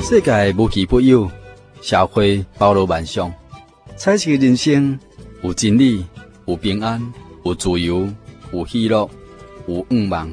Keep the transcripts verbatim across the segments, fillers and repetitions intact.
世界无奇不有，社会包罗万象，彩色人生有真理，有平安，有自由，有喜乐，有愿望。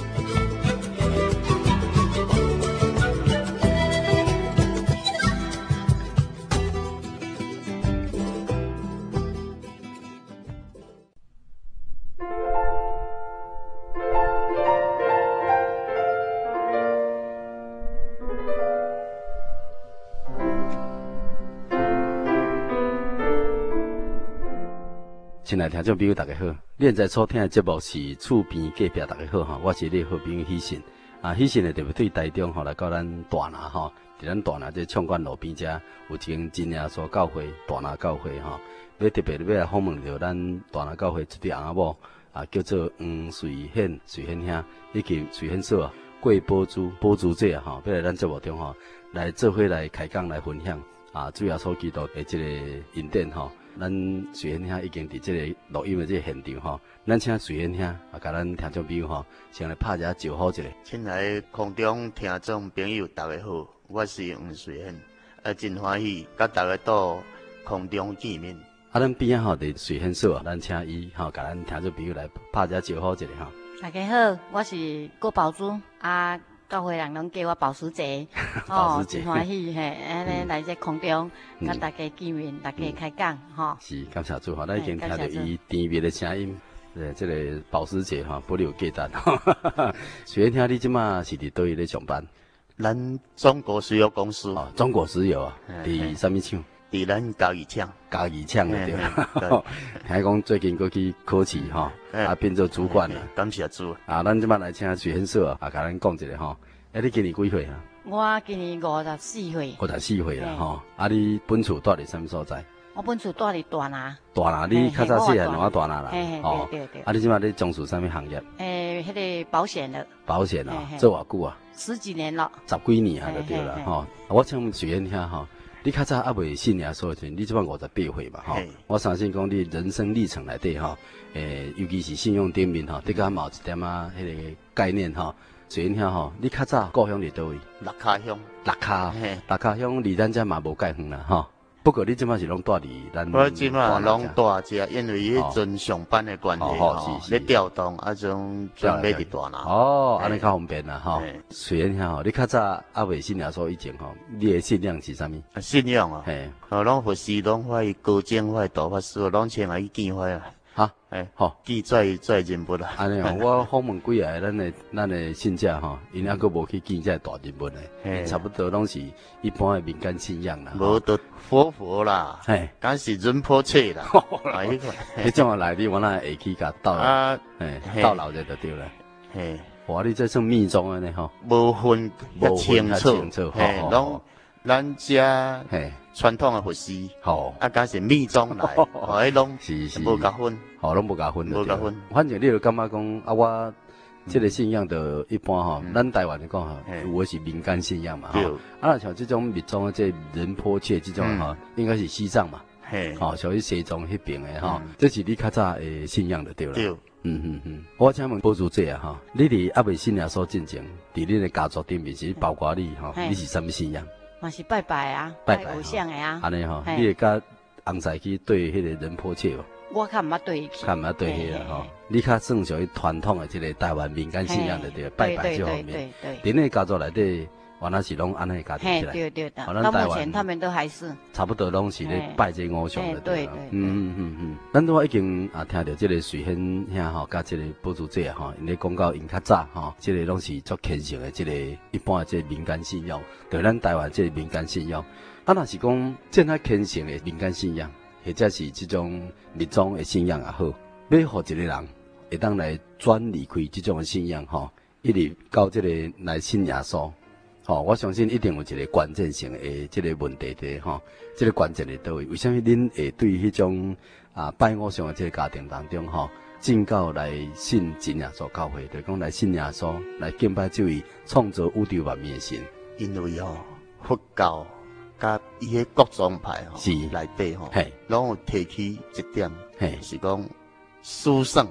亲爱的听众朋友，大家好！你现在所听的节目是《厝边隔壁》，大家好哈，我是你的好朋友喜信。啊，喜信呢特别对台中吼来到咱大拿吼，伫咱大拿这创馆路边遮有一间真耶稣教会，大拿教会吼，要特别要来访问着咱大拿教会一对翁某啊，叫做黄瑞显、瑞显兄以及瑞显嫂啊，桂宝珠、宝珠姐啊吼，要来咱节目中吼来做伙来开讲来分享啊，主耶稣基督的这个恩典吼。咱瑞显兄已经伫这个录音的这个现场吼，咱请瑞显兄啊，甲咱听众朋友吼，先来拍一下招呼一下。 亲爱的空中听众朋友，大家好，我是黄瑞显，啊，真欢喜甲大家到空中见面。 啊，咱边仔吼伫瑞显嫂啊，咱请伊吼，甲咱听众朋友来拍一下招呼一下吼。 大家好，我是郭宝珠啊。教会人拢叫我宝师姐， 哦，真欢喜嘿，安尼来这空中，甲大家见面，大家开讲，吼。 是，感谢主哈，咱已经听到伊甜蜜的声音，呃，这个宝师姐哈，不留价值。虽然听你即马是伫倒位咧上班， 咱中国石油公司哦，中国石油啊，伫什么厂？ 伫咱嘉义厂， 嘉义厂的对啦。听讲最近过去考试吼，啊变做主管了。 感谢主。啊， 咱即摆来请瑞显嫂啊，啊，甲咱讲一下吼。哎，你今年几岁啊？ 我今年五十四岁。 五十四岁啦吼。啊，你本厝住伫什么所在？ 我本厝住伫大拿。 大拿，你较早细汉住大拿啦。 哦，对对对。 啊，你即摆咧从事什么行业？ 诶，迄个保险的。 保险啊，做偌久啊？ 十几年了。 十几年啊，就对啦吼。我请问瑞显兄吼。你较早还未信耶稣时，你即摆五十八岁嘛吼？我相信讲你人生历程内底吼，诶，尤其是信用顶面吼，你敢有一点啊，迄个概念吼。瑞显兄吼，你较早故乡伫倒位？ 六卡乡。 六卡，六卡乡离咱遮嘛无介远啦吼。不过你即摆是拢住伫咱。 我即摆拢住遮，因为迄阵上班的关系吼，咧调动啊种准备伫大拿。 哦，安尼较方便啦吼。瑞显兄吼，你较早还未信耶稣以前吼，你的信仰是啥物？ 信仰啊，嘿，哦，拢佛师，拢发高僧，发大法师，拢请来去见发啊。 哈， 哎，好，记载载人物啦。 安尼哦，我访问几个咱的咱的信者吼，因还阁无去见这大人物呢，差不多拢是一般的民间信仰啦。 无得佛佛啦，嘿，敢是仁波切啦，哎， 迄种啊来你我那会去甲斗啊，嘿，斗老者就对了。嘿，哇，你这算密宗的呢吼？ 无分较清楚，嘿，拢咱遮嘿。传统的佛师，吼，啊，假是密宗来，吼，迄拢是是无加分， 吼，拢无加分， 无加分。 反正你就感觉讲啊，我这个信仰就一般吼，咱台湾来讲吼，有的是民间信仰嘛，吼，啊，像这种密宗的这仁波切这种吼，应该是西藏嘛，嘿，吼，属于西藏迄边的吼，这是你较早的信仰就对了。对，嗯嗯嗯。我请问宝珠姐啊，哈，你伫还未信仰所进前，伫你的家族顶面是包括你吼，你是什么信仰？ 嘛是拜拜啊，拜偶像的啊， 安尼吼，你会甲红仔去对迄个仁波切哦？ 我较毋捌对去， 较毋捌对迄个吼，你较算属于传统的这个台湾民间信仰的对拜拜这方面。伫你家族内底，原来是拢安尼家庭起来。 对对的，到目前他们都还是差不多拢是咧拜这偶像的对。嗯嗯嗯嗯，咱都已经啊听到这个瑞显兄吼，甲这个宝珠姐吼，因咧讲到因较早吼，这个拢是足虔诚的这个一般的这民间信仰，对咱台湾这个民间信仰。啊，若是讲这样虔诚的民间信仰，或者是这种密宗的信仰也好，要互一个人会当来转离开这种的信仰吼，一直到这个来信耶稣。吼、哦，我相信一定有一个关键性的这个问题的吼，这个关键在倒位？为什么恁会对迄种啊拜偶像的这个家庭当中吼，进到来信真耶稣教会，就是讲来信耶稣，来敬拜这位创造宇宙万物的神？ 因为吼、哦，佛教甲伊个各宗派吼，是内底吼，拢有提起一点，嘿，是讲殊胜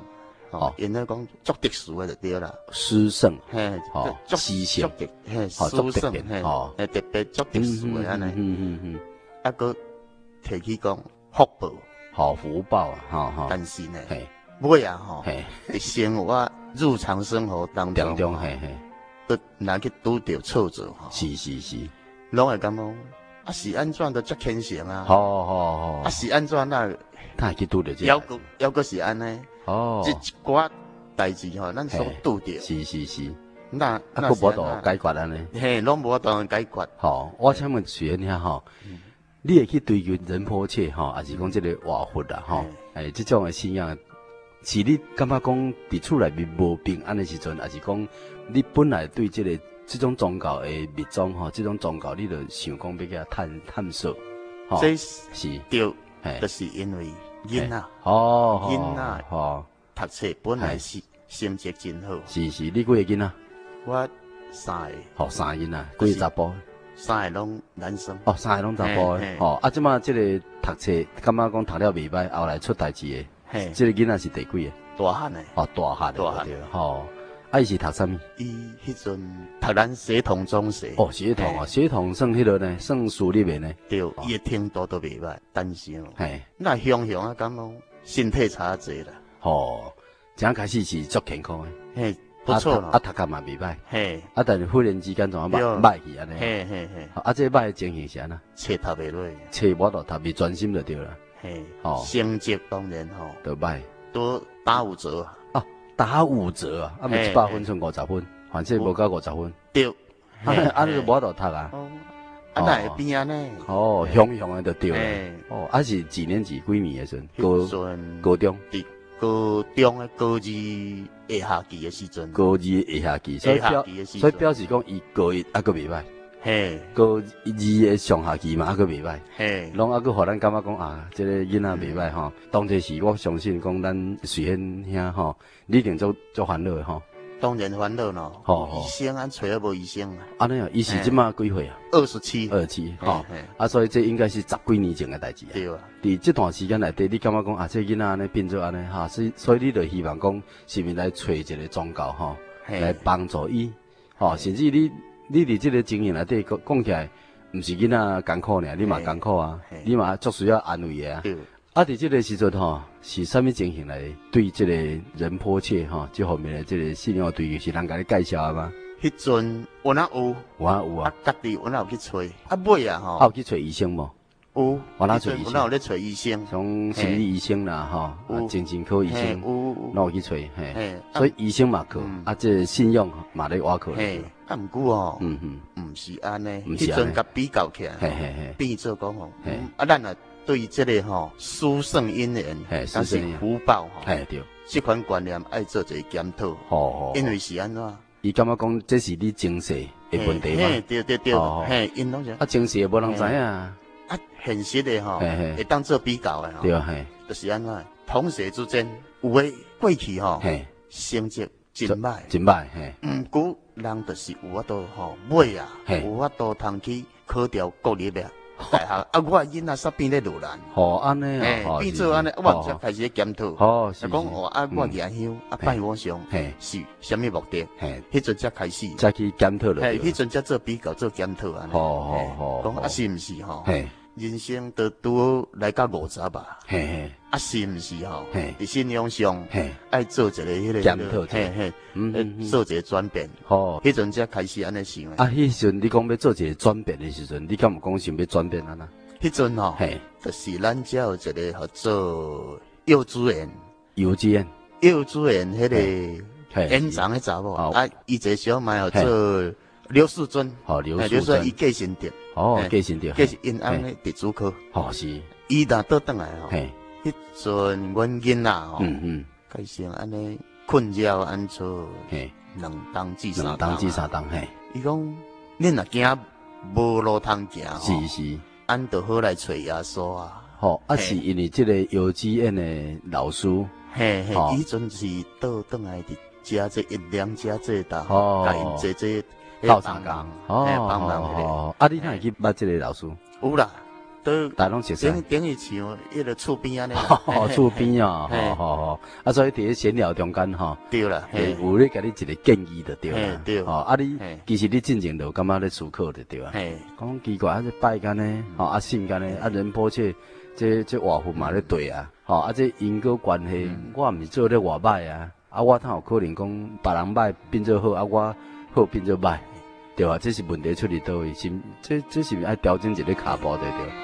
哦，因咧讲足特殊的就对啦。 诗圣， 嘿， 哦，诗圣， 嘿，诗圣，嘿， 哦， 嘿，特别足特殊的安尼。 嗯嗯嗯。 啊个提起讲福报， 好福报啊，哈哈。 但是呢，尾啊吼，伫生活日常生活当中， 中嘿嘿， 都若去拄着挫折吼。 是是是， 拢会感觉啊是安怎都足虔诚啊。 好好好。 啊是安怎那？ 他去拄着这。 要个要个是安尼。 哦。 这一寡代志吼，咱所拄着。 是是是。 那那个无度解决安尼。 嘿，拢无度解决。 好，我请问徐兄遐吼。你会去追求仁波切吼，还是讲这个活佛啦吼？哎，这种的信仰，是你感觉讲伫厝内面无平安的时阵，还是讲你本来对这个这种宗教的密宗吼，这种宗教你就想讲要给他探探索？ 吼，这是对，就是因为囡仔， 哦， 囡仔，哦，读册本来是成绩真好。 是是，你几个囡仔？ 我三个。 好，三个囡仔，几个查甫？ 三个拢男生哦，三个拢查甫的哦。啊，即马即个读册，感觉讲读了袂歹，后来出代志的，嘿，即个囡仔是第几个？ 大汉的哦，大汉的，大汉的，吼。啊，伊是读啥物？ 伊迄阵读咱协同中学。 哦，协同啊，协同算迄个呢，算私立的呢。 对，伊的程度都袂歹，但是哦，嘿，那雄雄啊，感觉身体差济啦。 吼，刚开始是足健康的。 嘿。不错啊，读册嘛袂歹，嘿，啊，但是忽然之间怎啊歹歹去安尼，嘿嘿嘿，啊，这歹的情形是安那， 册读袂落， 册无都读袂专心就对了， 嘿，哦，成绩当然吼， 都歹， 都打五折啊， 啊，打五折啊，啊，咪一百分剩五十分，反正无到五十分， 对， 啊，啊，就无都读啊， 啊，那会变安尼， 哦，雄雄的就对了，哦，啊是几年级几年的时阵，高高中。 高中的高二下下期的时阵， 高二下下期，所以表所以表示讲伊高一还阁袂歹，嘿，高二的上下期嘛还阁袂歹，嘿，拢还阁互咱感觉讲啊，这个囡仔袂歹吼。当这时我相信讲咱随兄兄吼，你一定做做烦恼的吼。 当然烦恼咯，吼，医生安找也无医生啊。 安尼啊，伊是即马几岁啊？ 二十七， 二十七，吼，啊，所以这应该是十几年前的代志啊。 对啊。 伫这段时间内底，你感觉讲啊，这囡仔安尼变做安尼哈，所以所以你就希望讲，是毋是来找一个宗教吼，来帮助伊，吼，甚至你你伫这个经验内底讲讲起来，毋是囡仔艰苦尔，你嘛艰苦啊，你嘛足需要安慰的啊。啊，伫这个时阵吼，是啥物情形来对这个仁波切吼，这方面的这个信仰对象是人甲你介绍啊吗？ 迄阵我哪有， 我哪有啊， 家己我哪有去找，啊尾啊吼， 啊有去找医生无？ 有， 我哪找医生？ 我哪有咧找医生？ 像心理医生啦吼，精神科医生， 有， 哪有去找？嘿，所以医生嘛考，啊这信仰嘛咧挖考。 嘿，啊毋过哦，嗯嗯，毋是安尼，迄阵甲比较起来，嘿嘿嘿，变做讲吼，啊咱啊。对这个吼殊胜因缘，但是福报吼，对，这款观念爱做一个检讨。哦，因为是安怎？ 伊感觉讲这是你前世的问题嘛？ 对对对，嘿，因拢是啊，前世也无人知影。 啊，现实的吼，会当做比较的吼，对啊，嘿，就是安怎？同学之间有诶过去吼，成绩真歹， 真歹，嘿。 毋过人就是有法度吼，尾啊，有法度通去考调国立的。大学啊，我囡仔煞变咧落难， 哦，安尼啊， 变做安尼，我才开始检讨， 哦， 是讲哦，啊，我研香啊，拜我上，是虾米目的？嘿，迄阵才开始， 才去检讨了， 嘿，迄阵才做比较，做检讨安尼， 哦哦讲啊是毋是吼？嘿，人生都拄来到五十吧，嘿嘿，啊是毋是吼？嘿，伫信仰上，嘿，爱做一个迄个检讨， 嘿嘿，嗯，做一个转变， 哦， 迄阵才开始安尼想。 啊，迄阵你讲要做一个转变的时阵，你敢有讲想要转变安那？ 迄阵吼，嘿，就是咱只有一个叫做幼稚园， 幼稚园， 幼稚园迄个园长的查某，啊，伊一小妹叫做刘世尊， 好，刘世尊，伊继承着， 哦，继承着， 继承因翁的弟子科， 哦是， 伊若倒转来吼，嘿，迄阵阮囡仔吼，嗯嗯，开始安尼困扰安做，嘿，两当至三当， 两当至三当，嘿， 伊讲，恁若惊无路通行， 是是。 俺就好来找耶稣啊！ 吼，啊是因为这个幼稚园的老师， 嘿嘿，以前是倒转来伫遮这一两遮这搭，甲因这这斗相共， 哦，帮忙哦，啊你哪会去捌这个老师？ 有啦， 都大拢熟悉。 等等于像迄个厝边安尼。 哦，厝边啊，好好好。啊，所以伫咧闲聊中间吼， 对啦， 有咧甲你一个建议就对啦。 对。 哦，啊你其实你进前就感觉咧思考就对啊。讲奇怪啊，这拜间呢，吼啊信间呢，啊仁波切，这这话术嘛咧对啊。吼啊这因果关系，我毋是做咧偌歹啊。啊，我哪有可能讲别人歹变做好，啊我好变做歹，对啊，这是问题出伫倒位，是这这是爱调整一个骹步对对。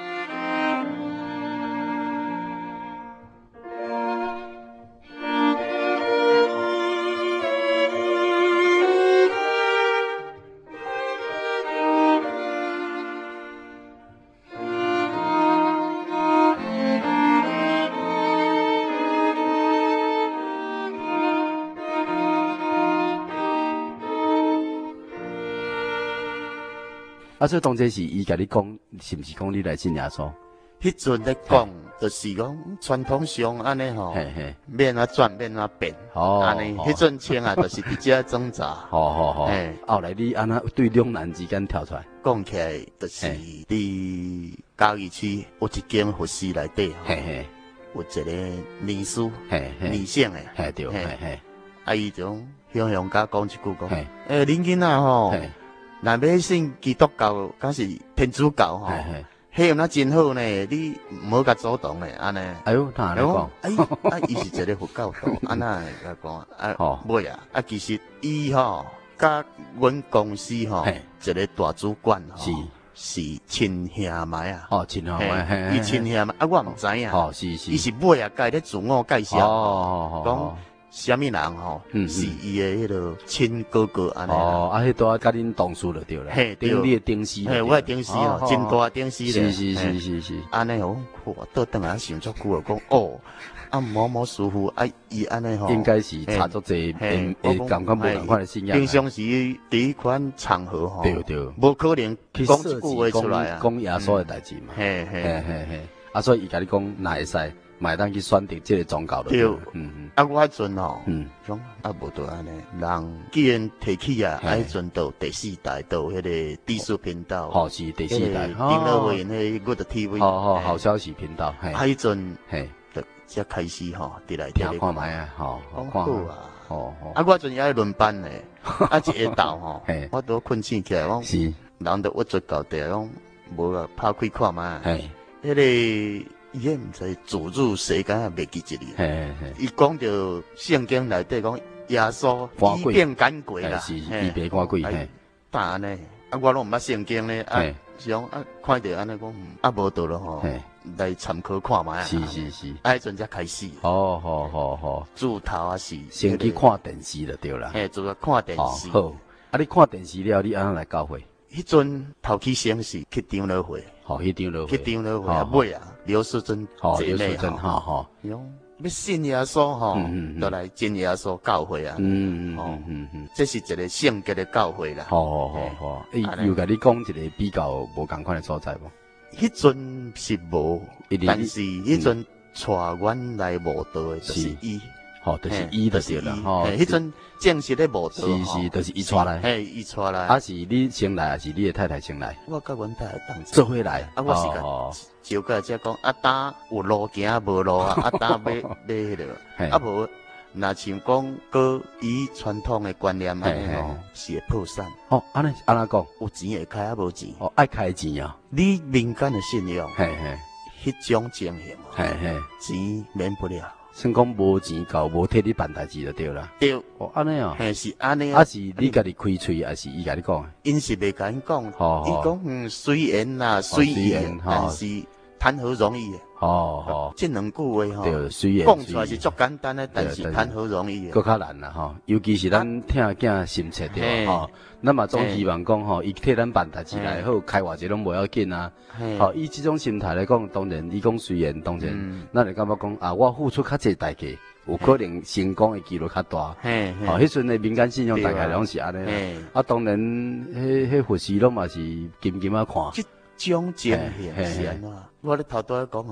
啊，所以当这是伊甲你讲，是毋是讲你来信耶稣？ 迄阵咧讲，就是讲传统上安尼吼，免啊转，免啊变，安尼。迄阵穿啊，就是伫遮挣扎。 好好好。后来你安那对两难之间跳出来？ 讲起来，就是伫嘉义区有一间佛寺内底，有一个尼师，尼姓诶， 嘿对，嘿嘿。 啊，伊就向向甲讲一句讲，诶，恁囡仔吼。若要信基督教，敢是天主教吼，迄样那真好呢。你唔好甲阻挡呢，安尼。 哎呦，他安尼讲， 哎，啊，伊是一个佛教徒，安那来讲啊，尾啊，啊，其实伊吼，甲阮公司吼，一个大主管吼，是是亲兄妹啊。 哦，亲兄妹， 伊亲兄妹，啊，我唔知影。 哦，是是。 伊是尾啊，家咧自我介绍， 哦， 讲。虾米人吼，是伊的迄个亲哥哥安尼。 哦，啊，迄多甲恁同事就对了。嘿，对，你的顶司。 嘿，我的顶司哦，真大顶司咧。 是是是是是。 安尼哦，我倒转来想足久啊，讲哦，啊某某师傅啊，伊安尼吼， 应该是差足济，诶，共款无共款的信仰。 平常时伫迄款场合吼， 对对， 无可能讲一句话出来啊， 讲耶稣的代志嘛。嘿嘿嘿嘿，啊，所以伊甲你讲，哪会使？买当去选择这个宗教的， 对，嗯嗯，啊，我迄阵吼，嗯，讲啊，无得安尼，人既然提起啊，啊，迄阵到第四代到迄个地视频道， 好是第四代， 丁乐伟那 Good T V， 好好好消息频道， 啊，迄阵嘿，才开始吼，伫来听看卖啊，好， 好啊，哦，啊，我阵也爱轮班呢，啊，一下到吼，我都困醒起来，讲是，人都屈足到地，讲无啊，拍开看卖，嘿，迄个。伊也毋知主入谁，敢也袂记一哩。伊讲到圣经内底讲耶稣医病赶鬼啦， 是医病赶鬼。 但安尼，啊我拢毋捌圣经咧，啊是讲啊看到安尼讲，啊无倒咯吼，来参考看卖啊。 是是是， 啊迄阵才开始。 好好好好， 主头啊是先去看电视就对啦。 嘿，主要看电视。 好，啊你看电视了，你安怎来教会？ 迄阵头起先是去长老会。 好，去长老会。 去长老会啊，尾啊。刘世珍姐妹哈，哈，用要信耶稣哈，就来信耶稣教会啊，嗯嗯嗯嗯，这是一个圣洁的教会啦。 好好好好，诶，又甲你讲一个比较无共款的所在无？ 迄阵是无，但是迄阵带阮来慕道的就是伊。 吼，就是伊就对了，吼， 迄阵正式咧无道， 是是，就是伊带来， 嘿，伊带来， 啊是你先来，还是你的太太先来？ 我甲阮太太当做伙来， 啊我是甲招过来只讲，啊当有路行无路啊，啊当要要迄个，啊无，若像讲过以传统的观念安尼吼，是会破产。 哦，安尼安怎讲？ 有钱会开啊，无钱哦，爱开钱啊。 你民间的信仰， 嘿嘿， 迄种情形， 嘿嘿， 钱免不了。 先讲无钱交，无替你办代志就对啦。 对， 哦，安尼啊， 嘿是安尼啊，是你家己开喙，还是伊家己讲？ 因是袂甲因讲，伊讲嗯，虽然啦，虽然，但是谈何容易？哦哦，这两句话吼， 对，虽然讲出来是足简单的，但是谈何容易？ 搁较难啦吼，尤其是咱听囝心切对吼，咱嘛总希望讲吼，伊替咱办代志来好，开偌济拢无要紧啊。吼，以这种心态来讲，当然，伊讲虽然，当然，咱会感觉讲啊，我付出较济代价，有可能成功的几率较大。吼，迄阵的民间信仰大概拢是安尼。啊，当然，迄迄佛寺拢嘛是金金啊看。 种情形是安怎？我咧头拄仔讲吼，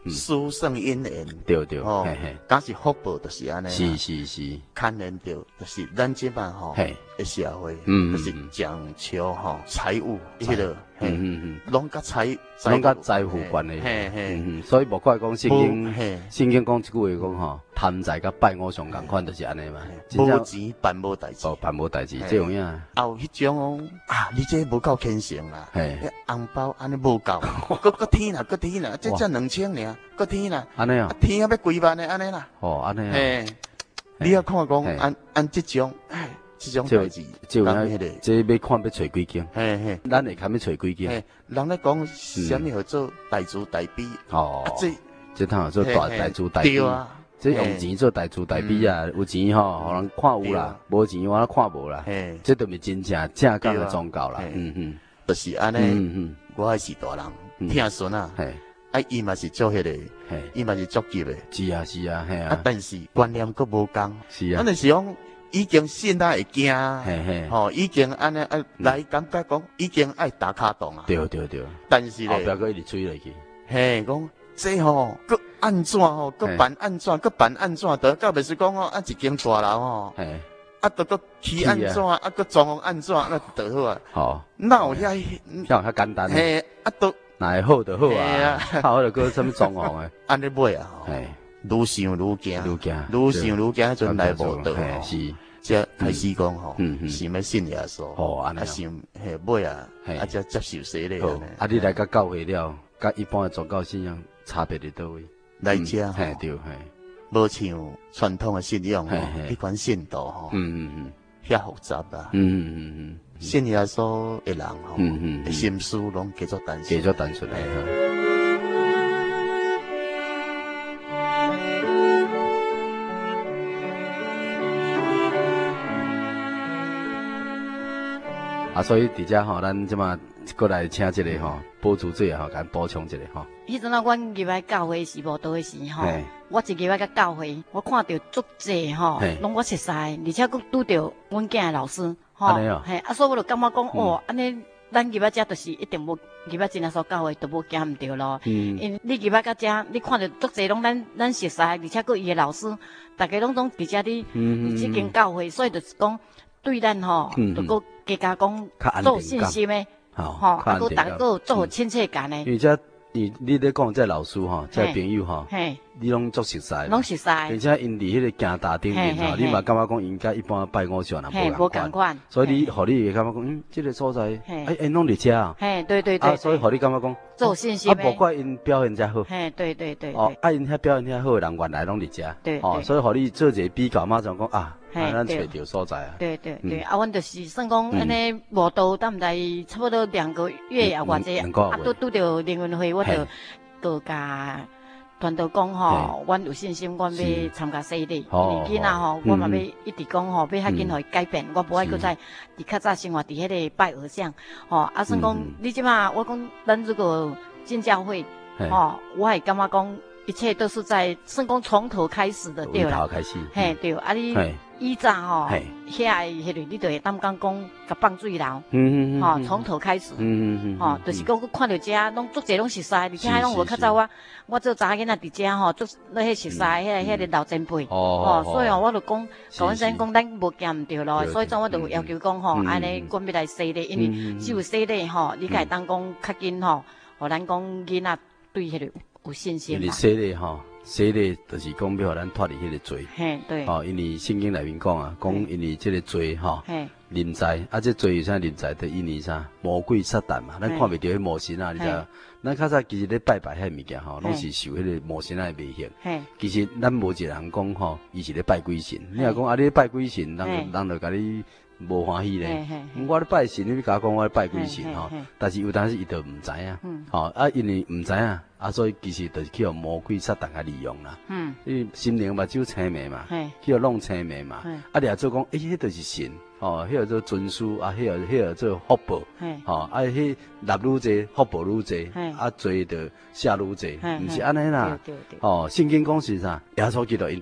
殊胜因缘。 对对， 哦，假是福报就是安尼。 是是是， 牵连到就是咱即摆吼，个社会，就是讲求吼财务，迄个，嗯嗯嗯，拢甲财， 拢甲财富关系。嘿嘿，所以无怪讲圣经，圣经讲一句话讲吼，贪财甲拜偶像共款，就是安尼嘛。 无钱办无代志， 哦，办无代志，这样样。 啊，有迄种啊，你这无够虔诚啦，嘿，红包安尼无够，搁搁添啦，搁添啦，这才两千尔，搁添啦， 安尼啊， 添啊要几万的安尼啦。 哦，安尼啊。 嘿，你要看讲按按这种，哎。这种代志， 就样迄个，这要看要找几件，嘿嘿，咱会看要找几件。 人咧讲什么叫做大慈大悲？ 哦，这这趟做大大慈大悲啊，这用钱做大慈大悲啊，有钱吼，互人看有啦，无钱我看无啦。这都是真正正港的宗教啦。嗯嗯， 就是安尼。嗯嗯，我还是大人，听孙啊，啊伊嘛是做迄个，伊嘛是足级的。 是啊是啊，系啊。 啊，但是观念佫无共。 是啊。 咱就是讲。已经心态会惊，吼，已经安尼啊来感觉讲，已经爱打卡洞啊。 对对对。 但是咧， 后壁佫一直追落去。 嘿，讲这吼，佫安怎吼，佫办安怎，佫办安怎，得到袂是讲吼，啊一间大楼吼，啊得佫起安怎，啊佫装潢安怎，那得好啊。 好。 哪有遐？ 遐遐简单。 嘿，啊都。 哪会好就好啊。好就佫什么装潢诶。 安尼买啊。嘿。愈想愈惊，愈惊，愈想愈惊，迄阵来无到，是，才开始讲吼，想要信耶稣，啊想嘿买啊，啊才接受洗礼。 啊，你来甲教会了，甲一般的宗教信仰差别伫倒位？ 来遮， 嘿对，嘿， 无像传统的信仰吼，迄款信道吼，嗯嗯嗯，遐复杂啦，嗯嗯嗯嗯，信耶稣的人吼，嗯嗯，心思拢叫做单纯， 叫做单纯诶。啊，所以伫遮吼，咱即马过来请一个吼，补助者吼，甲补充一个吼。 迄阵啊，阮入来教会时无倒时吼，我一入来甲教会，我看到足济吼，拢我熟悉，而且佮拄着阮囝的老师，吼，嘿，啊，所以我就感觉讲，哦，安尼咱入来遮就是一定无入来真耶稣教会都无惊毋着咯。因为你入来到遮，你看到足济拢咱咱熟悉，而且佮伊的老师，大家拢总伫遮伫即间教会，所以就是讲。对咱吼，就搁加加讲做信心诶，吼，啊，搁大家搁做好亲切感诶。 因为这你你咧讲这老师吼，这朋友吼，你拢足熟悉， 拢熟悉， 而且因伫迄个行大顶面吼，你嘛感觉讲应该一般拜偶像人无共款， 所以你互你会感觉讲，嗯，这个所在，哎，因拢伫遮啊， 嘿，对对对， 啊，所以互你感觉讲做信心， 啊，无怪因表现遮好， 嘿，对对对， 哦，啊，因遐表现遐好诶人原来拢伫遮， 对， 哦，所以互你做一个比较，马上讲啊。啊，咱找着所在啊！ 对对对，啊，阮就是算讲安尼无到，等在差不多两个月也偌济，啊，拄拄着灵运会，我就个甲团队讲吼，阮有信心，阮要参加洗礼。因为囡仔吼，我嘛要一直讲吼，要较紧互伊改变，我无爱搁再伫较早生活伫迄个拜偶像，吼，啊，算讲你即马我讲，咱如果进教会，吼，我会感觉讲。一切都是在算讲从头开始的，对啦。 从头开始。 嘿，对，啊你以前吼，遐迄个你就会担讲讲甲放水流，嗯嗯嗯，吼，从头开始，嗯嗯嗯，吼，就是讲看到遮拢足济拢熟悉，而且拢无较早我，我做查囡仔伫遮吼，足那迄熟悉，迄迄个老前辈，哦，所以哦，我就讲，甲阮先讲，咱无惊毋着咯，所以怎我就要求讲吼，安尼阮要来洗礼，因为只有洗礼吼，你才会当讲较紧吼，互咱讲囡仔对迄个。有信心。因为洗礼吼，洗礼就是讲要互咱脱离迄个罪。 嘿，对。 哦，因为圣经内面讲啊，讲因为这个罪吼，临在，啊，这罪有啥临在的意味啥？魔鬼撒旦嘛，咱看袂到迄魔神啊，你知道？咱较早其实咧拜拜迄物件吼，拢是受迄个魔神啊的迷惑。嘿。其实咱无一个人讲吼，伊是咧拜鬼神。你若讲啊，你拜鬼神，人人就甲你。无欢喜咧，我咧拜神，你甲我讲我咧拜鬼神吼，但是有当时伊就毋知影，吼啊，因为毋知影，啊，所以其实就是去互魔鬼撒旦甲利用啦，嗯，因为心灵目睭青迷嘛，去互弄青迷嘛，啊，你也做讲，诶，迄就是神，吼，迄个做尊师，啊，迄个迄个做福报，吼，啊，迄纳愈济，福报愈济，啊，罪就下愈济，毋是安尼啦，吼，圣经讲是啥？耶稣基督因定啊。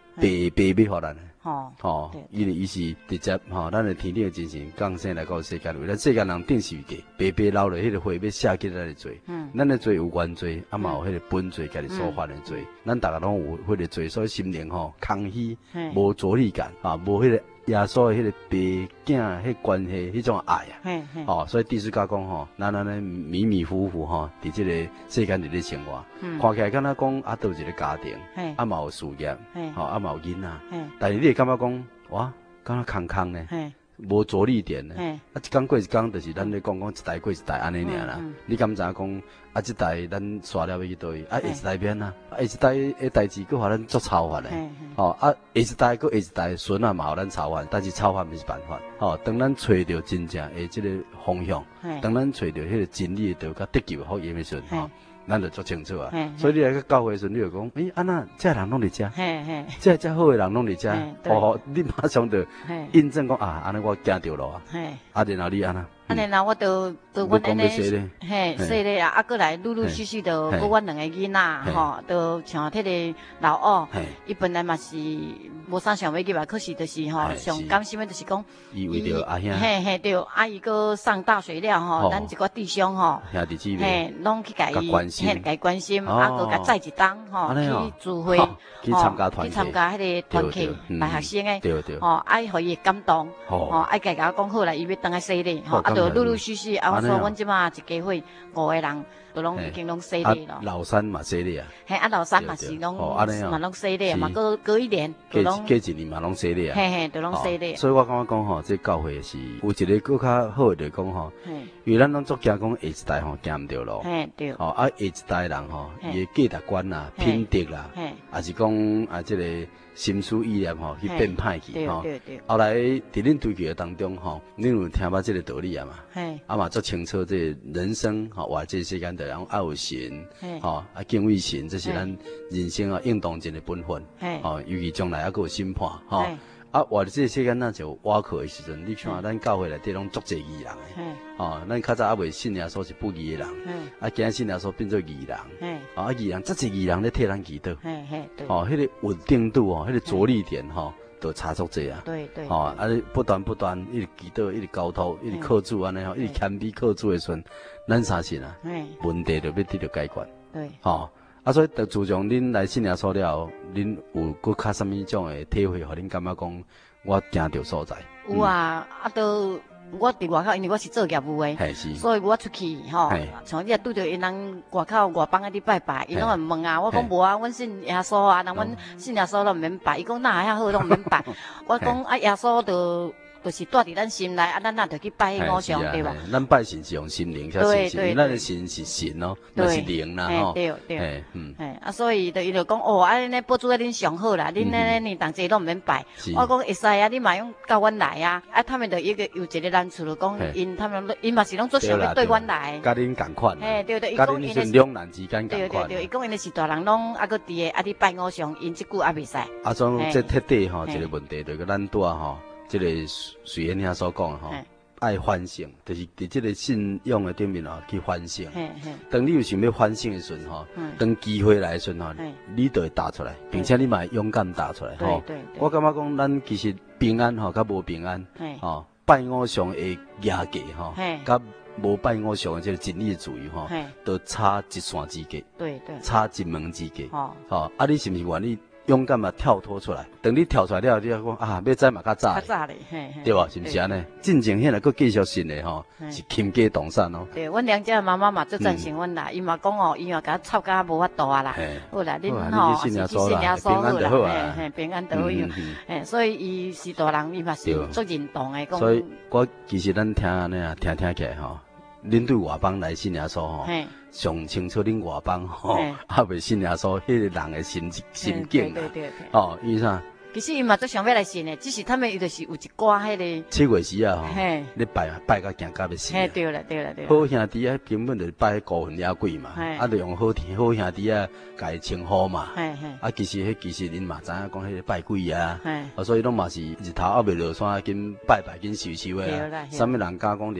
白白俾予咱。吼，吼，因为伊是直接吼，咱的天顶的精神降生来到世间为咱世间人定是个白白留落迄个花要写给咱的罪，嗯，咱的罪有原罪，啊嘛有迄个本罪，家己所犯的罪，咱大家拢有迄个罪，所以心灵吼空虚，无着力感，啊，无迄个耶稣的迄个白囝迄关系迄种爱啊，吼，所以第四家讲吼，咱安尼迷迷糊糊吼，伫这个世间伫咧生活，看起来敢若讲啊，都一个家庭，啊嘛有事业，吼，啊嘛有囡仔，但是你。感觉讲哇，感觉空空呢，无着力点呢。啊，一天过一天，就是咱咧讲讲一代过一代安尼尔啦。你敢知影讲啊？这代咱刷了要去倒去，啊，下一代变啊，下一代的代志，佮互咱做操烦嘞。哦，啊，下一代佮下一代孙啊，嘛互咱操烦，但是操烦不是办法。哦，当咱找到真正的这个方向，当咱找到迄个真理的道，甲得救福音的时阵，吼。咱就做清楚啊，所以你来去教会时，你就讲，诶，安那这人拢伫遮，这这好的人拢伫遮，哦，你马上就印证讲啊，安尼我行着路啊，啊，然后你安那。 安尼啦，我都都阮安尼，嘿，说咧啊，啊，过来陆陆续续都，佮阮两个囡仔吼，都像迄个老二，伊本来嘛是无啥想要入来，可是就是吼，上甘心的就是讲， 伊为着阿兄， 嘿嘿对，啊伊佮上大学了吼，咱一个弟兄吼， 兄弟姊妹， 嘿，拢去甲伊，嘿，甲伊关心，啊，佮甲载一当吼，去聚会， 去参加团， 去参加迄个团契，大学生诶， 对对， 吼，爱互伊感动，吼，爱甲伊讲好啦，伊要当个洗礼，吼，啊。陆陆续续，啊，我说，阮即马一家伙五个人，都拢已经拢洗礼了。 老三嘛洗礼啊。 嘿，啊，老三嘛是拢嘛拢洗礼，嘛过过一年， 都拢过一年嘛拢洗礼啊。 嘿嘿，都拢洗礼。 所以我感觉讲吼，这教会是有一个更较好的讲吼，因为咱拢做惊讲下一代吼行唔着路。嘿，对。哦，啊，下一代人吼，伊的价值观啦、品德啦，还是讲啊，这个心思意念吼去变歹去吼。对对对。后来伫恁推荐当中吼，恁有听捌这个道理啊嘛？啊嘛，做清楚这人生吼，或这世间的人爱有神，吼啊敬畏神，这是咱人生啊应当尽的本分。吼，尤其将来还佫有审判，吼啊，或者这世间咱就挖课的时阵，你看咱教会内底拢足侪义人诶，吼，咱较早还未信耶稣是不义的人，啊，今日信耶稣变做义人，啊，义人，足侪义人咧替咱祈祷，吼，迄个稳定度哦，迄个着力点吼。都差足济啊！对对，吼，啊，不断不断，一直祈祷，一直交托，一直靠主安尼吼，一直谦卑靠主的时阵，咱相信啊，问题就要得到解决。对，吼，啊，所以自从恁来信耶稣了后，恁有搁较什么种的体会，互恁感觉讲我行到所在？ 有啊，啊都。我伫外口，因为我是做业务的，所以我出去吼，像你啊拄着因人外口外邦啊，伫拜拜，伊拢会问啊，我讲无啊，阮信耶稣啊，人阮信耶稣拢毋免拜，伊讲那遐好，拢毋免拜，我讲啊，耶稣就。就是住伫咱心内，啊，咱那就去拜迄偶像，对吧？ 咱拜神是用心灵才是神，咱的神是神哦，那是灵啦吼。 对对，嗯，啊，所以就伊就讲哦，啊，恁保主啊，恁上好啦，恁恁恁同齐拢毋免拜。我讲会使啊，你嘛用教阮来啊，啊，他们就一个有一个难处就讲，因他们因嘛是拢做想要对阮来。 甲恁共款。 嘿，对对， 伊讲因是两难之间共款。 对对对，伊讲因是大人拢啊，搁伫个啊，伫拜偶像，因即句也袂使。 啊，种这彻底吼一个问题，就个咱拄啊吼。这个随缘遐所讲的吼，爱反省，就是伫这个信仰的顶面吼去反省。当你有想要反省的时阵吼，当机会来的时阵吼，你就会答出来，并且你嘛勇敢答出来吼。我感觉讲咱其实平安吼，甲无平安，吼拜偶像的价格吼，甲无拜偶像的这个真理的自由吼，都差一线之隔，对对，差一门之隔。吼，啊，你是毋是愿意？勇敢嘛跳脱出来，等你跳出来了，你要讲啊，要再嘛较早，较早咧，对吧？是不是安尼？进前现在佫继续信的吼，是倾家荡产哦。 对，阮娘家妈妈嘛最赞成阮啦，伊嘛讲哦，伊嘛甲我吵甲无法度啊啦。好啦，恁吼是去信耶稣好啦，嘿，平安都有。嘿，所以伊是大人，伊嘛是足认同的。 所以我其实咱听安尼啊，听听起来吼。恁对外邦来信耶稣吼，上清楚恁外邦吼，还未信耶稣，迄个人的心心境啊，哦，因为啥？ 其实伊嘛最想要来信的，只是他们伊就是有一寡迄个七月时啊，吼，你拜拜甲行到要死。 嘿，对了对了对了。 好兄弟啊，根本就是拜孤魂野鬼嘛，啊，就用好天好兄弟啊，甲伊称呼嘛。嘿嘿。啊，其实迄其实恁嘛知影讲迄个拜鬼啊，啊，所以拢嘛是日头还未落山，紧拜拜紧收收的啊。啥物人敢讲伫？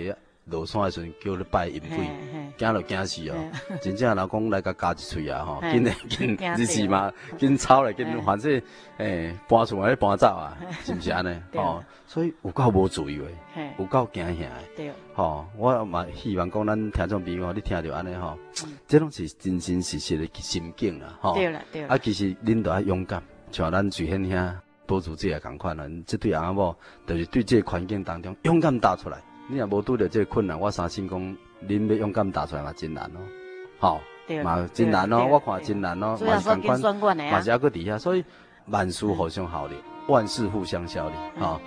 落山的时阵叫你拜阴鬼，惊就惊死哦！真正老公来甲加一喙啊吼，紧嘞紧，日是嘛，紧操嘞紧，反正诶搬厝还是搬走啊，是毋是安尼？吼，所以有够无自由诶，有够惊吓诶。吼，我嘛希望讲咱听众朋友，你听着安尼吼，这拢是真真实实的心境啦，吼。对啦对啦。啊，其实恁都要勇敢，像咱水hen兄。保持这个共款啦，这对阿某，就是对这个环境当中勇敢踏出来。你若无拄着这个困难，我相信讲，恁要勇敢踏出来嘛，真难哦。好，嘛真难哦，我看真难哦，嘛是共款，嘛是还搁伫遐，所以万事互相效力，万事互相效力，哈。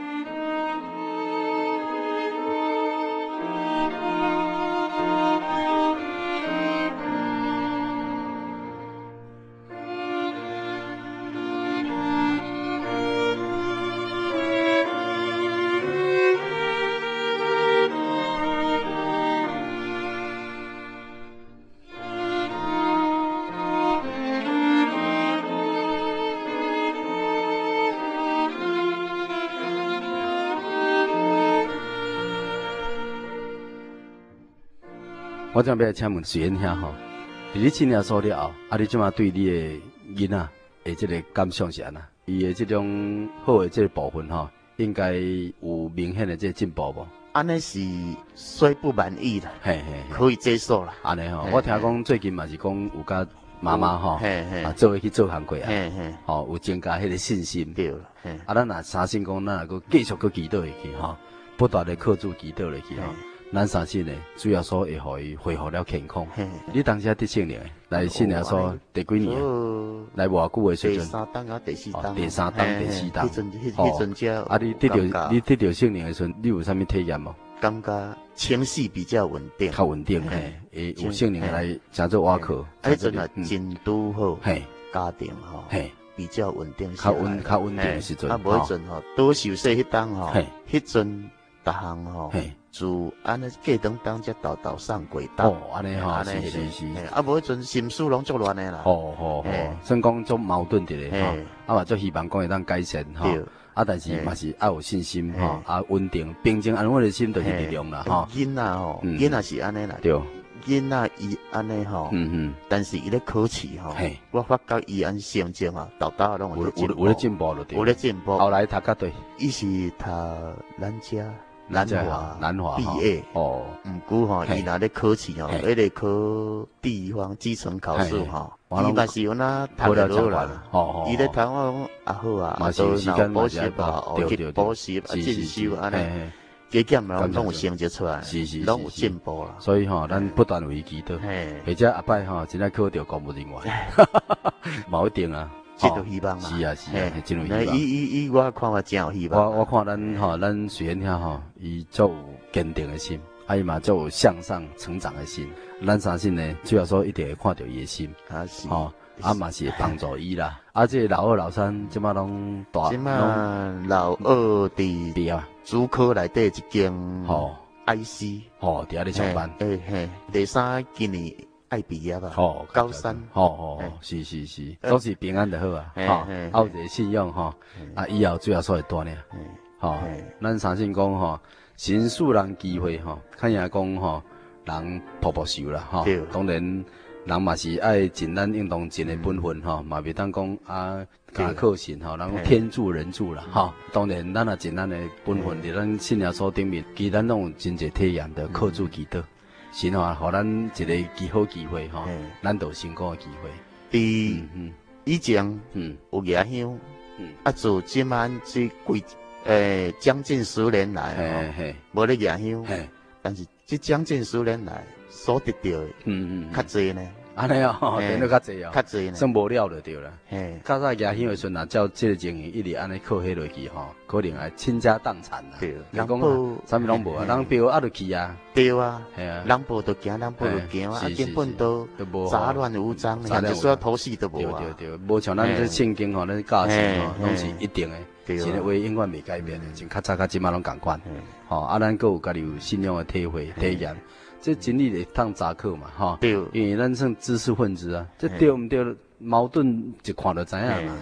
我这边请问水hen兄吼，伫你七年所了后，啊，你即马对你的囡仔的这个感想是安那？伊的这种好的这个部分吼，应该有明显的这个进步无？ 安尼是虽不满意啦，嘿嘿，可以接受啦。 安尼吼，我听讲最近嘛是讲有甲妈妈吼，啊，做伙去做工过啊，嘿嘿，吼有增加迄个信心。对啦，嘿，啊，咱若相信讲，咱若继续去祈祷下去吼，不断的靠住祈祷下去吼。咱相信呢，主要说会互伊恢复了健康。你当时得圣灵诶，来圣灵所第几年啊？来偌久诶时阵？ 第三档啊，第四档。 第三档、第四档。 迄阵、迄阵只。 啊，你得着你得着圣灵诶时阵，你有啥物体验无？ 感觉情绪比较稳定。 较稳定嘿，诶，有圣灵来诚做瓦靠。 迄阵啊，真拄好。嘿，家庭吼，嘿，比较稳定。 较稳较稳定诶时阵。 啊，无迄阵吼，多受说迄档吼，迄阵逐项吼。就安尼过当当才道道上轨道， 哦，安尼吼，是是是， 啊，无迄阵心思拢足乱的啦， 哦哦哦，算讲足矛盾的咧，吼，啊嘛足希望讲会当改善，吼，啊，但是嘛是要有信心，吼，啊，稳定、平静安稳的心就是力量啦，吼。 囡仔吼，囡仔是安尼啦，对，囡仔伊安尼吼，嗯嗯，但是伊咧考试吼，我发觉伊安成绩啊，道道拢有有有咧进步了，对， 有咧进步。 后来读甲对， 伊是读咱家。 南华，南华毕业哦，唔过吼，伊若咧考试吼，迄个考地方基层考试吼，伊嘛是有那读了落啦，哦，伊咧读我讲啊好啊，啊都拿补习吧，哦去补习啊进修安尼，加减嘛拢有成绩出来，是是，拢有进步啦。 所以吼，咱不断为祈祷，或者阿伯吼，真爱考到公务人员，冇一定啊。 真有希望嘛？是啊是啊，真有希望。 伊伊伊，我看我真有希望。 我我看咱吼，咱水hen兄吼，伊足有坚定的心，啊伊嘛足有向上成长的心。咱相信呢，主要说一定会看到伊的心，啊是，吼，啊嘛是会帮助伊啦。啊，这老二老三即马拢大， 即马老二伫啊，主科内底一间吼 I C， 吼伫遐咧上班。 诶嘿，第三今年。爱毕业吧，哦，高三， 哦哦，是是是，都是平安就好啊，哈，有一个信用哈，啊，以后最后所会大呢，哈，咱相信讲哈，新数人机会哈，看人讲哈，人步步受啦哈，当然人嘛是爱尽咱运动尽的本分哈，嘛袂当讲啊，加靠神哈，然后天助人助啦哈，当然咱也尽咱的本分，伫咱信仰所顶面，其咱拢有真侪体验的靠主祈祷。是吼，互咱一个极好机会吼，咱都有成功的机会。 伫以前，嗯，有野乡，嗯，啊，自今晚这几诶将近十年来，吼，无咧野乡，但是这将近十年来所得到的，嗯嗯，较济呢。 安尼哦，变得较济哦， 较济呢， 算无了就对了。嘿，较早野乡的时阵，照这个情形一直安尼靠迄落去吼，可能会倾家荡产啦。对，人讲啥物拢无啊，人标啊就去啊。 对啊，系啊，人报就行，人报就行啊，根本都杂乱无章，甚至说头绪都无啊。 对对对，无像咱这圣经吼，咱价值吼，拢是一定的，是的话永远未改变的，像较早较即马拢共款。吼，啊，咱佫有家己有信仰的体会体验。这经历了一趟查课嘛，哈，对，因为咱算知识分子啊，这对唔对矛盾一看就知影嘛，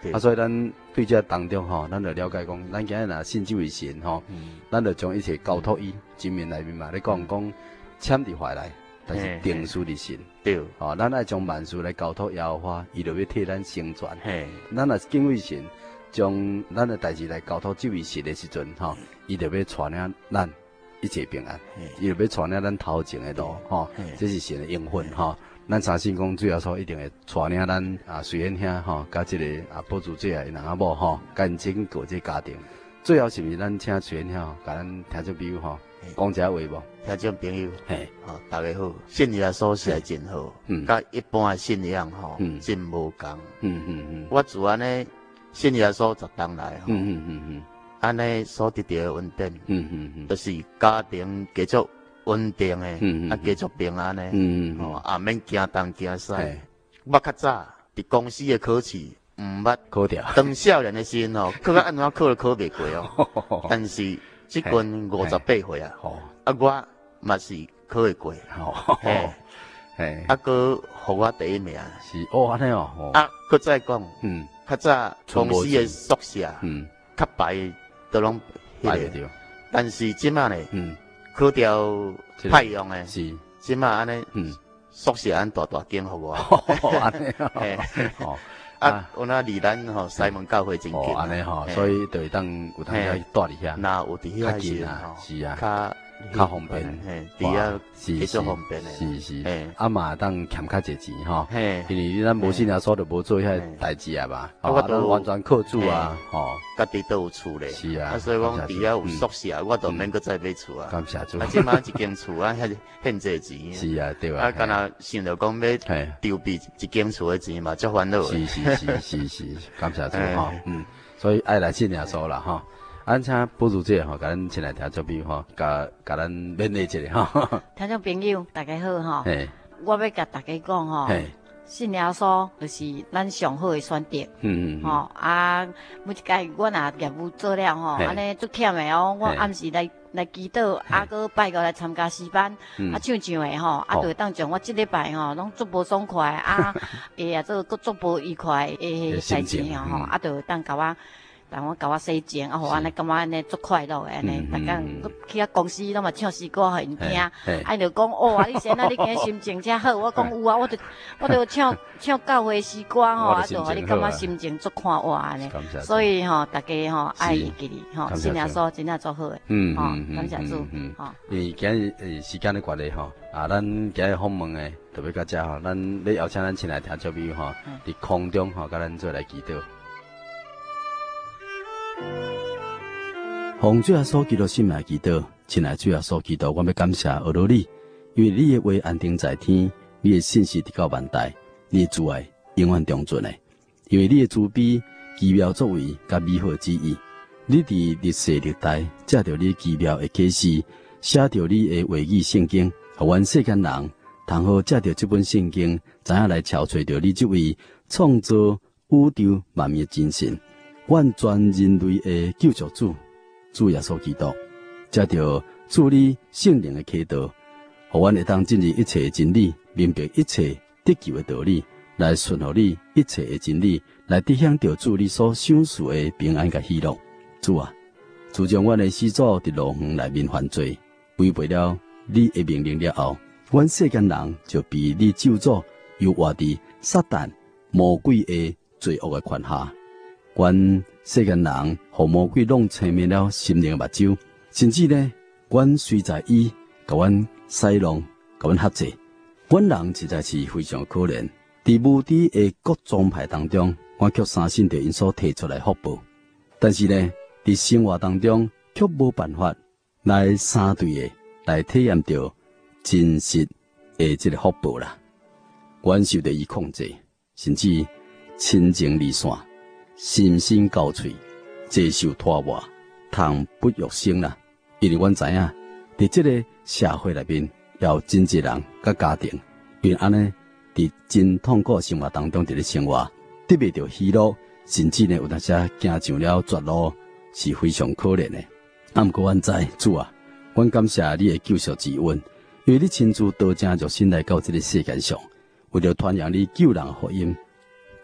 啊，所以咱对这当中吼，咱就了解讲，咱今日若信这位神吼，咱就将一切交托伊前面内面嘛，你讲讲签伫怀内，但是定数伫神。 对， 吼，咱爱将万事来交托耶和华，伊就要替咱成全。嘿，咱若敬畏神，将咱的代志来交托这位神的时阵，吼，伊就要传领咱一切平安，伊就要传领咱头前的路，吼，这是神的应允，吼。咱相信讲最后说一定会带领咱啊，随缘兄吼，甲这个啊，保助者因阿某吼，甲因整个这家庭。最后是毋是咱请随缘兄，甲咱听众朋友吼，讲一下话无？ 听众朋友，嘿，吼，大家好，信耶稣是真好，嗯，甲一般的信仰吼，嗯，真无共，嗯嗯嗯。我自安尼信耶稣十当来，嗯嗯嗯嗯，安尼所得到的稳定，嗯嗯嗯，就是家庭继续稳定的，啊，继续平安的，哦，也免惊东惊西。我较早伫公司的考试，毋捌考掉。 当少年的时阵哦，考到安怎考都考袂过哦。但是即近五十八岁啊，啊，我嘛是考会过。嘿，嘿，啊，佮互我第一名。 是哦，安尼哦。 啊，佮再讲，嗯，较早公司的宿舍，嗯，较排都拢排袂掉。 但是即摆呢，嗯。考掉太阳诶，是，即马安尼，嗯，宿舍安大大间互我，安尼哦，啊，我那离咱吼西门教会真近， 安尼吼，所以就会当有当遐住伫遐， 那有伫遐近啊，是啊， 较较方便， 嘿，伫遐是是方便诶， 是是，啊嘛当欠较济钱吼，因为咱无信耶稣就无做遐代志啊嘛，啊都完全靠主啊，吼， 家己都有厝咧， 是啊， 啊所以讲伫遐有宿舍，我都免搁再买厝啊， 感谢主， 啊即马一间厝啊，遐现济钱， 是啊对啊， 啊敢若想着讲要筹备一间厝诶钱嘛，足烦恼诶，是是是是是，感谢主吼，嗯，所以爱来信耶稣啦吼。咱请保助者吼，甲咱前来听众朋友吼，甲甲咱勉励一下吼。 听众朋友，大家好吼。我要甲大家讲吼，信耶稣就是咱上好的选择。嗯嗯。吼啊，每一届我若业务做了吼，安尼足忝的哦。我暗时来来祈祷，啊，搁拜五来参加诗班，啊，唱唱的吼，啊，就会当将我即礼拜吼，拢足无爽快，啊，诶啊，做搁足无愉快诶代志吼，啊，就会当甲我。但我甲我洗净，啊，互安尼感觉安尼足快乐诶，安尼，逐工去啊公司拢嘛唱诗歌互因听，啊，就讲哦啊，你现在你今日心情真好，我讲有啊，我就我就唱唱教会诗歌吼，啊，就互你感觉心情足快活安尼，所以吼，大家吼爱伊记哩，吼，信耶稣真正足好诶，嗯，吼，感谢主， 吼，因为今日诶时间的关系吼，啊，咱今日访问诶特别到遮吼，咱要邀请咱亲爱听众朋友吼，伫空中吼，甲咱做来祈祷。奉主耶稣基督圣名祈祷，亲爱主耶稣基督，我要感谢俄罗你，因为你的话安定在天，你的信息直到万代，你的慈爱永远长存的。因为你的慈悲、奇妙作为甲美好旨意，你伫历世历代借着你奇妙的启示，写着你的话语圣经，互阮世间人通好借着这本圣经，知影来找找着你这位创造宇宙万物的真神，阮全人类的救赎主。主耶稣基督，借着主你圣灵的启导，互阮会当进入一切的真理，明白一切得救的道理，来顺服你一切的真理，来得享着主你所享受的平安甲喜乐。主啊，自从阮的始祖伫路远内面犯罪，违背了你的命令了后，阮世间人就被你咒诅，又活伫撒旦魔鬼的罪恶的权下。阮世间人，互魔鬼弄沉灭了心灵的目睭，甚至呢，阮随在伊，甲阮使弄，甲阮吓制，阮人实在是非常可怜。伫无知的各宗派当中，我却相信着因所提出来福报，但是呢，伫生活当中却无办法来相对的来体验着真实的这个福报啦。阮受着伊控制，甚至亲情离散。心心交瘁，接受拖磨，通不欲生啦。因为阮知影，伫这个社会内面，要真济人甲家庭，因为安尼伫真痛苦生活当中伫咧生活，得袂到喜乐，甚至呢有那些行上了绝路，是非常可怜的。啊，毋过阮知主啊，阮感谢你的救赎之恩，因为你亲自道成肉身来到这个世界上，为了传扬你救人的福音。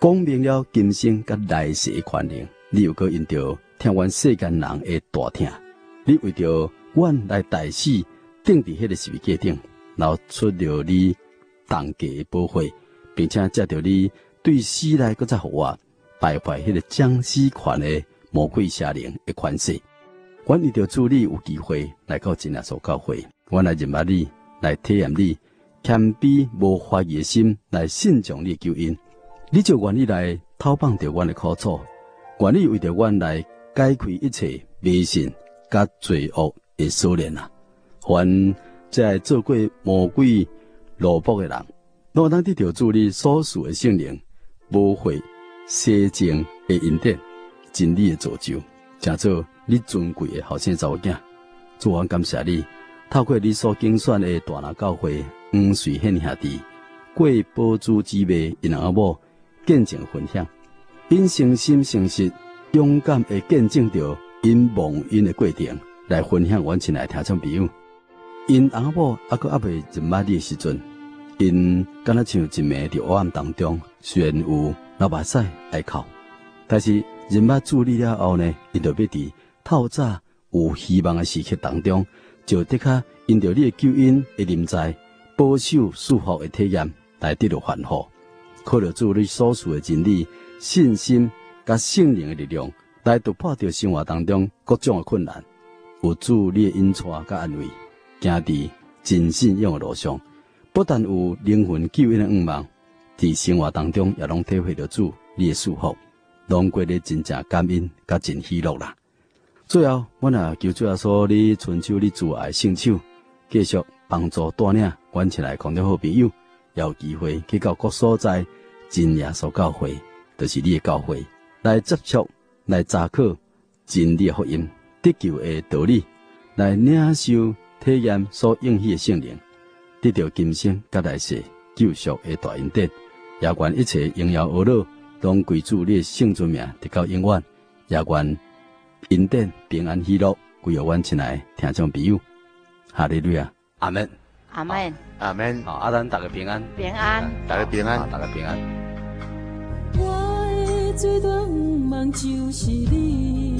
讲明了今生甲来世的权能，你又搁因着听阮世间人的大听，你为着阮来代死，顶伫迄个十字架顶，然后出了你当家的宝血，并且借着你对死来搁再互我败坏迄个将死权的魔鬼邪灵的权势。阮为着主你有机会来到真耶稣教会，阮来认捌你，来体验你谦卑无怀疑的心，来信从你的救恩。你就愿意来偷放着阮的苦楚，愿意为着阮来解开一切迷信甲罪恶的锁链啊！凡在做过魔鬼罗卜的人，拢当得着主你所属的圣灵、无悔、洗净的恩典、真理的造就，成做你尊贵的后生查某囝。主，我感谢你，透过你所竞选的大拿教会黄水显兄弟、过宝珠姊妹因阿母见证分享，因诚心诚实、勇敢的见证着因蒙恩的过程，来分享阮亲爱听众朋友。因阿母还阁还未认捌你的时阵，因敢若像一暝伫黑暗当中，虽然有流目屎爱哭，但是认捌主你了后呢，因就要伫透早有希望的时刻当中，就的确因着你的救恩的临在，保守束缚的体验来得到繁复。靠着主你所属的真理、信心甲圣灵的力量，来突破着生活当中各种的困难。有主你的恩赐甲安慰，行伫真信仰的路上，不但有灵魂救恩的愿望，伫生活当中也拢体会着主你的祝福，拢过得真正感恩甲真喜乐啦。最后，阮也求主耶稣你伸手你慈爱圣手，继续帮助带领阮起来空中好朋友。也有机会去到各所在真耶稣教会，就是你的教会，来接触、来查考真理的福音、得救的道理，来领受体验所应许的圣灵，得到今生甲来世救赎的大恩典。也愿一切荣耀恶乐，拢归主你的圣尊名，直到永远。也愿恩典、平安、喜乐归于阮亲爱听众朋友。哈利路亚，阿门。 阿门， 阿门。 好，阿咱大家平安， 平安， 大家平安， 大家平安。 我的最大愿望就是你，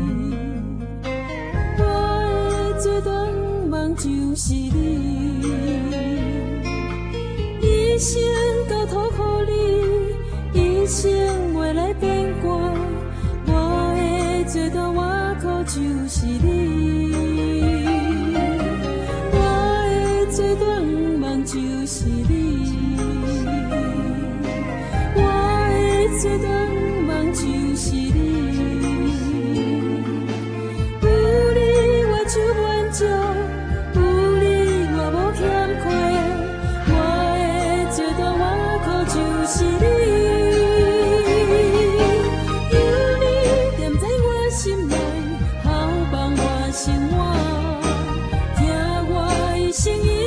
我的最大愿望就是你，一生交托予你，一生袂来变卦。我的最大依靠就是你。最大愿望就是你，我的最大愿望就是你。有你我就满足，有你我无欠缺。我的最大依靠就是你，有你踮在我心内，好帮我生活，听我一生一。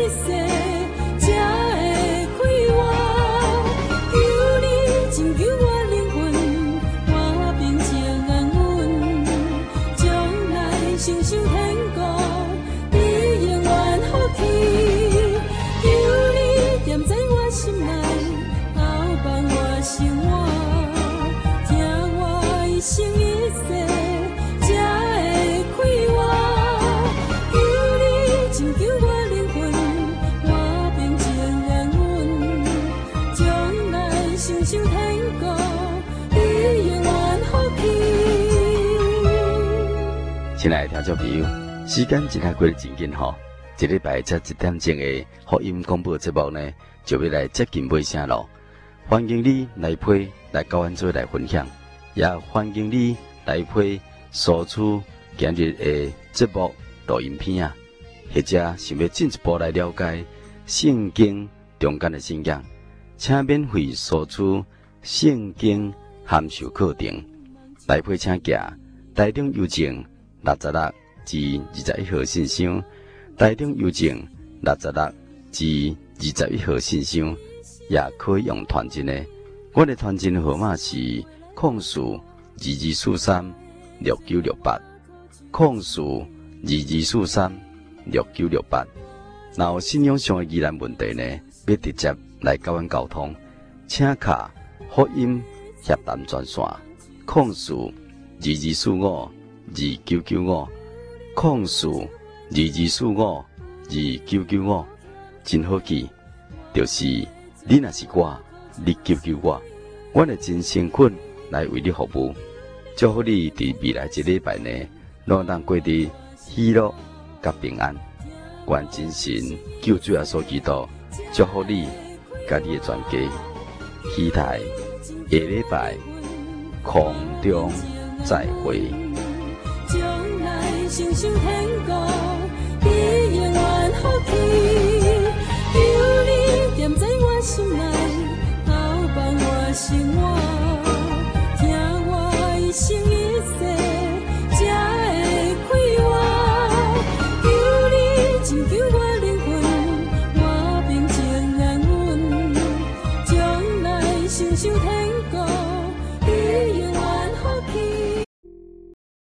亲爱的听众朋友，时间真系过得真紧吼，一礼拜才一点钟的福音广播节目呢，就要来接近尾声咯。欢迎你来陪来跟阮做来分享，也欢迎你来陪索取今日的节目录音片啊，或者想要进一步来了解圣经中间的信仰，请免费索取圣经函授课程，来陪请假台中邮政六十六至二十一号信箱，台中邮政六十六至二十一号信箱，也可以用传真的。我的传真号码是控诉二二四三六九六八，控诉二二四三六九六八。然后信仰上的疑难问题呢，要直接来跟阮沟通，请卡福音协谈专线，控诉二二四五二九九五，控诉二二四五二九九五，真好记，就是你若是我，你救救我，我会真诚恳来为你服务，祝福你伫未来一礼拜内，拢能过得喜乐甲平安。愿真神救主耶稣基督祝福你，甲你的全家，期待下礼拜空中再会。 将来成就天国。